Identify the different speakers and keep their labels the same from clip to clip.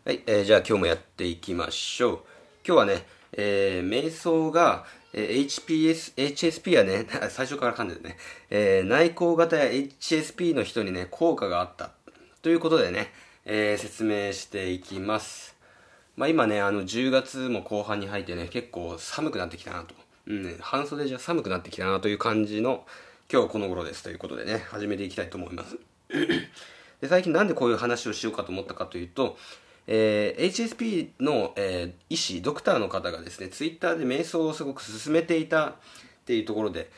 Speaker 1: はい、じゃあ今日もやっていきましょう。今日はね、瞑想が、HSP はね、最初から噛んでるね、内向型や HSP の人にね、効果があったということでね、説明していきます。まあ今ね、10月も後半に入ってね、結構寒くなってきたなと。うんね、半袖じゃ寒くなってきたなという感じの今日この頃ですということでね、始めていきたいと思います。で最近なんでこういう話をしようかと思ったかというと、HSP の、医師、ドクターの方がですね、ツイッターで瞑想をすごく勧めていたっていうところで、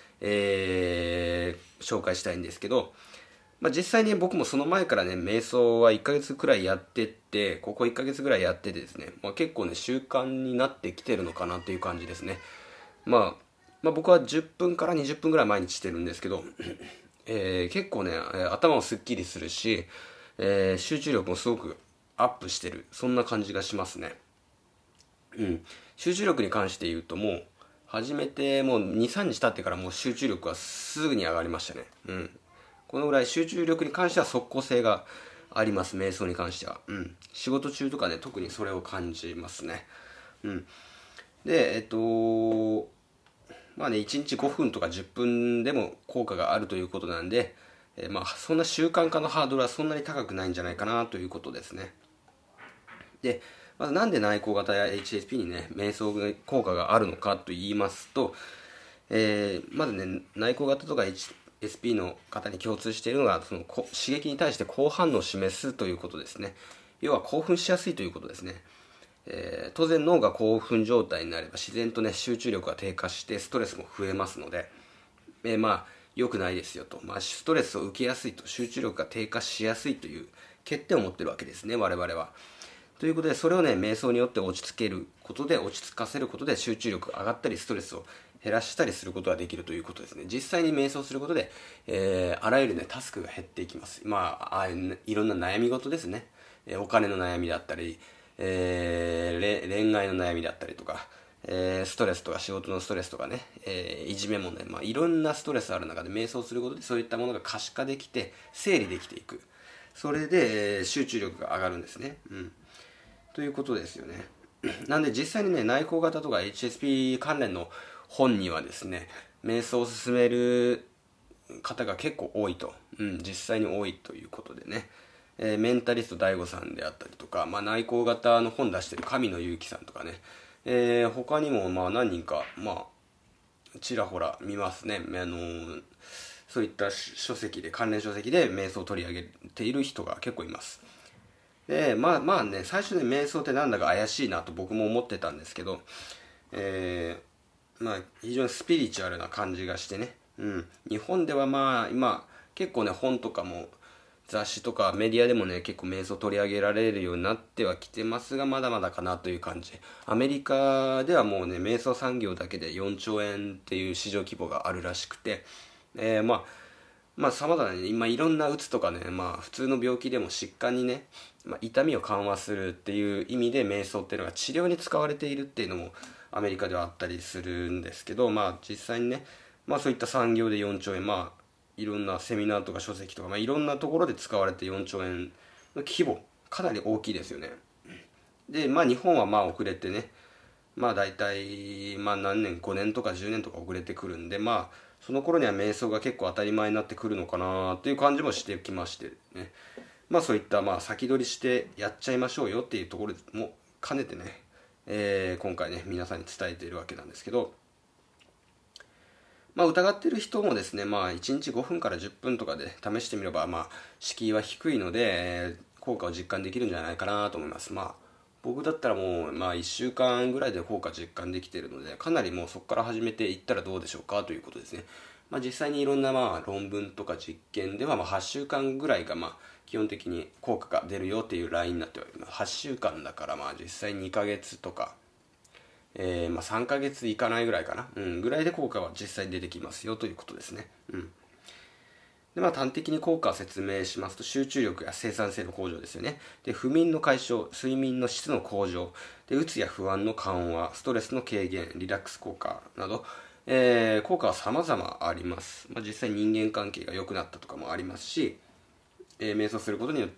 Speaker 1: 紹介したいんですけど、まあ、実際に僕もその前からね、瞑想は1ヶ月くらいやってって、ここ1ヶ月くらいやっててですね、まあ、結構ね、習慣になってきてるのかなっていう感じですね。まあ僕は10分から20分くらい毎日してるんですけど、結構ね、頭もすっきりするし、集中力もすごくアップしてる、そんな感じがしますね。うん。集中力に関して言うともう、始めてもう2、3日経ってからもう集中力はすぐに上がりましたね。うん。このぐらい集中力に関しては即効性があります、瞑想に関しては。うん。仕事中とかね、特にそれを感じますね。うん。で、まあね、1日5分とか10分でも効果があるということなんで、まあ、そんな習慣化のハードルはそんなに高くないんじゃないかなということですね。で、まずなんで内向型や HSP にね、瞑想効果があるのかと言いますと、まずね、内向型とか HSP の方に共通しているのが、その刺激に対して好反応を示すということですね。要は興奮しやすいということですね。当然脳が興奮状態になれば自然とね集中力が低下してストレスも増えますので、まあ良くないですよと、まあ、ストレスを受けやすいと、集中力が低下しやすいという欠点を持っているわけですね、我々は。ということで、それをね瞑想によって落ち着けることで、落ち着かせることで集中力が上がったりストレスを減らしたりすることができるということですね。実際に瞑想することで、あらゆるねタスクが減っていきます。まあいろんな悩み事ですね、お金の悩みだったり、恋愛の悩みだったりとか、ストレスとか仕事のストレスとかね、いじめもね、まあ、いろんなストレスある中で瞑想することでそういったものが可視化できて整理できていく。それで、集中力が上がるんですね。うん。ということですよね。なんで実際にね、内向型とか HSP 関連の本にはですね、瞑想を進める方が結構多いと、うん、実際に多いということでね、メンタリスト DAIGO さんであったりとか、まあ、内向型の本出してる神野祐樹さんとかね、他にもまあ何人か、まあ、ちらほら見ますね。そういった書籍で、関連書籍で瞑想を取り上げている人が結構います。で、まあね、最初に瞑想ってなんだか怪しいなと僕も思ってたんですけど、まあ、非常にスピリチュアルな感じがしてね、うん、日本ではまあ今結構ね本とかも雑誌とかメディアでもね結構瞑想取り上げられるようになってはきてますが、まだまだかなという感じ。アメリカではもうね瞑想産業だけで4兆円っていう市場規模があるらしくて、まあ様々なね、今いろんなうつとかね、まあ普通の病気でも疾患にね、まあ、痛みを緩和するっていう意味で瞑想っていうのが治療に使われているっていうのもアメリカではあったりするんですけど、まあ実際にね、まあそういった産業で4兆円、まあいろんなセミナーとか書籍とか、まあいろんなところで使われて4兆円の規模、かなり大きいですよね。で、まあ日本はまあ遅れてね、まあ大体、まあ何年、5年とか10年とか遅れてくるんで、まあその頃には瞑想が結構当たり前になってくるのかなっていう感じもしてきましてね。まあそういったまあ先取りしてやっちゃいましょうよっていうところも兼ねてね、今回ね、皆さんに伝えているわけなんですけど、まあ疑っている人もですね、まあ1日5分から10分とかで試してみれば、まあ敷居は低いので、効果を実感できるんじゃないかなと思います。まあ僕だったらもう、まあ1週間ぐらいで効果実感できているので、かなりもうそこから始めていったらどうでしょうかということですね。まあ実際にいろんなまあ論文とか実験では、まあ8週間ぐらいがまあ基本的に効果が出るよっていうラインになっております。8週間だからまあ実際2ヶ月とか、まあ、3ヶ月いかないぐらいかな、うん、ぐらいで効果は実際に出てきますよということですね。うん。で、まあ、端的に効果を説明しますと、集中力や生産性の向上ですよね。で、不眠の解消、睡眠の質の向上、で、うつや不安の緩和、ストレスの軽減、リラックス効果など、効果は様々あります。まあ、実際人間関係が良くなったとかもありますし、瞑想することによって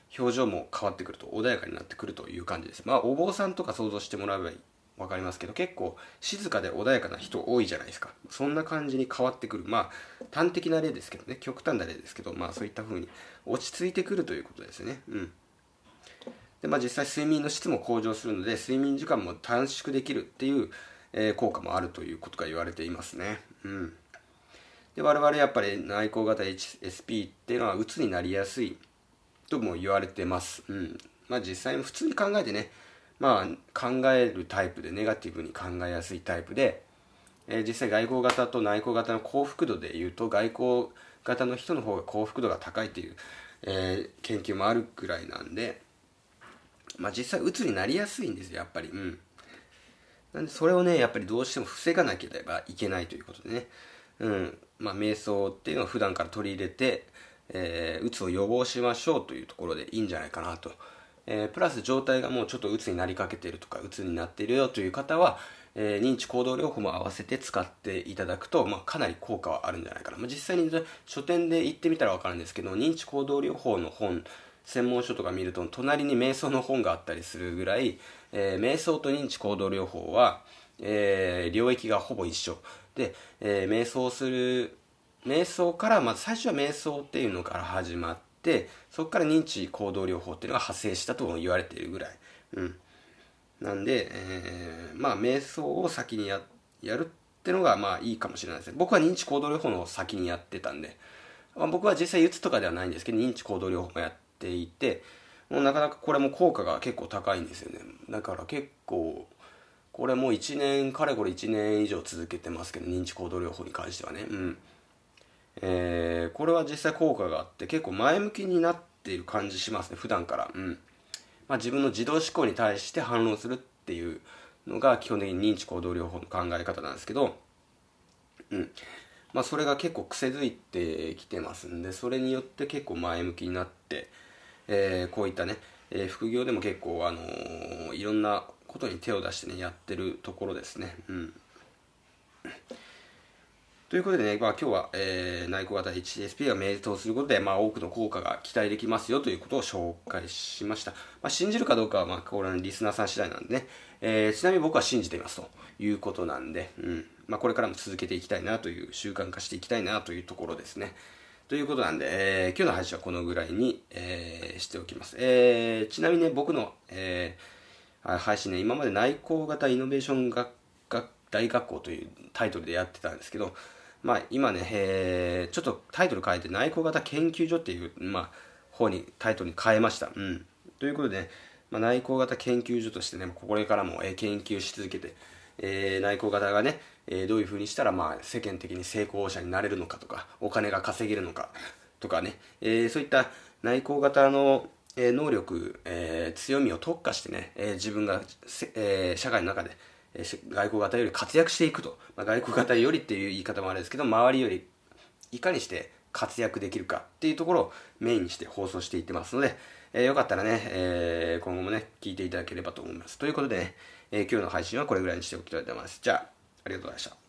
Speaker 1: 表情も変わってくると、穏やかになってくるという感じです。まあお坊さんとか想像してもらえば分かりますけど、結構静かで穏やかな人多いじゃないですか。そんな感じに変わってくる。まあ端的な例ですけどね、極端な例ですけど、まあそういった風に落ち着いてくるということですね。で、まあ実際睡眠の質も向上するので、睡眠時間も短縮できるっていう、効果もあるということが言われていますね。で、我々やっぱり内向型 HSP っていうのは鬱になりやすいとも言われてます。まあ実際に普通に考えてね、まあ考えるタイプでネガティブに考えやすいタイプで、実際外向型と内向型の幸福度でいうと、外向型の人の方が幸福度が高いという、研究もあるぐらいなんで、まあ実際鬱になりやすいんですよ、やっぱり。なんでそれをね、やっぱりどうしても防がなければいけないということでね。まあ瞑想っていうのを普段から取り入れて、うつを予防しましょうというところでいいんじゃないかなと。プラス状態がもうちょっとうつになりかけているとか、うつになっているよという方は、認知行動療法も合わせて使っていただくと、まあ、かなり効果はあるんじゃないかな。まあ、実際に書店で行ってみたら分かるんですけど、認知行動療法の本、専門書とか見ると、隣に瞑想の本があったりするぐらい、瞑想と認知行動療法は、領域がほぼ一緒で、瞑想からまず最初は瞑想っていうのから始まって、そこから認知行動療法っていうのが派生したとも言われているぐらい。なんで、まあ瞑想を先にやるってのがまあいいかもしれないですね。僕は認知行動療法の先にやってたんで、まあ、僕は実際うつとかではないんですけど、認知行動療法もやっていて、もうなかなかこれも効果が結構高いんですよね。だから結構これもうかれこれ1年以上続けてますけど、認知行動療法に関してはね。これは実際効果があって結構前向きになっている感じしますね、普段から。まあ、自分の自動思考に対して反論するっていうのが基本的に認知行動療法の考え方なんですけど、まあ、それが結構癖づいてきてますんで、それによって結構前向きになって、こういったね、副業でも結構、いろんなことに手を出してねやってるところですね。ということでね、まあ、今日は、内向型 HSP が瞑想することで、まあ、多くの効果が期待できますよということを紹介しました。まあ、信じるかどうかは、まあ、これはリスナーさん次第なんでね、ちなみに僕は信じていますということなんで、まあ、これからも続けていきたいなという、習慣化していきたいなというところですね。ということなんで、今日の配信はこのぐらいに、しておきます。ちなみにね、僕の、配信ね、今まで内向型イノベーション大学校というタイトルでやってたんですけど、まあ今ね、ちょっとタイトル変えて内向型研究所っていう、まあ、タイトルに変えました。ということでね、まあ、内向型研究所としてね、これからも研究し続けて、内向型がね、どういう風にしたらまあ世間的に成功者になれるのかとか、お金が稼げるのかとかね、そういった内向型の能力、強みを特化してね、自分が社会の中で外交型より活躍していくと、まあ、外交型よりっていう言い方もあれですけど、周りよりいかにして活躍できるかっていうところをメインにして放送していってますので、よかったらね、今後もね聞いていただければと思います。ということでね、今日の配信はこれぐらいにしておきたいと思います。じゃあ、ありがとうございました。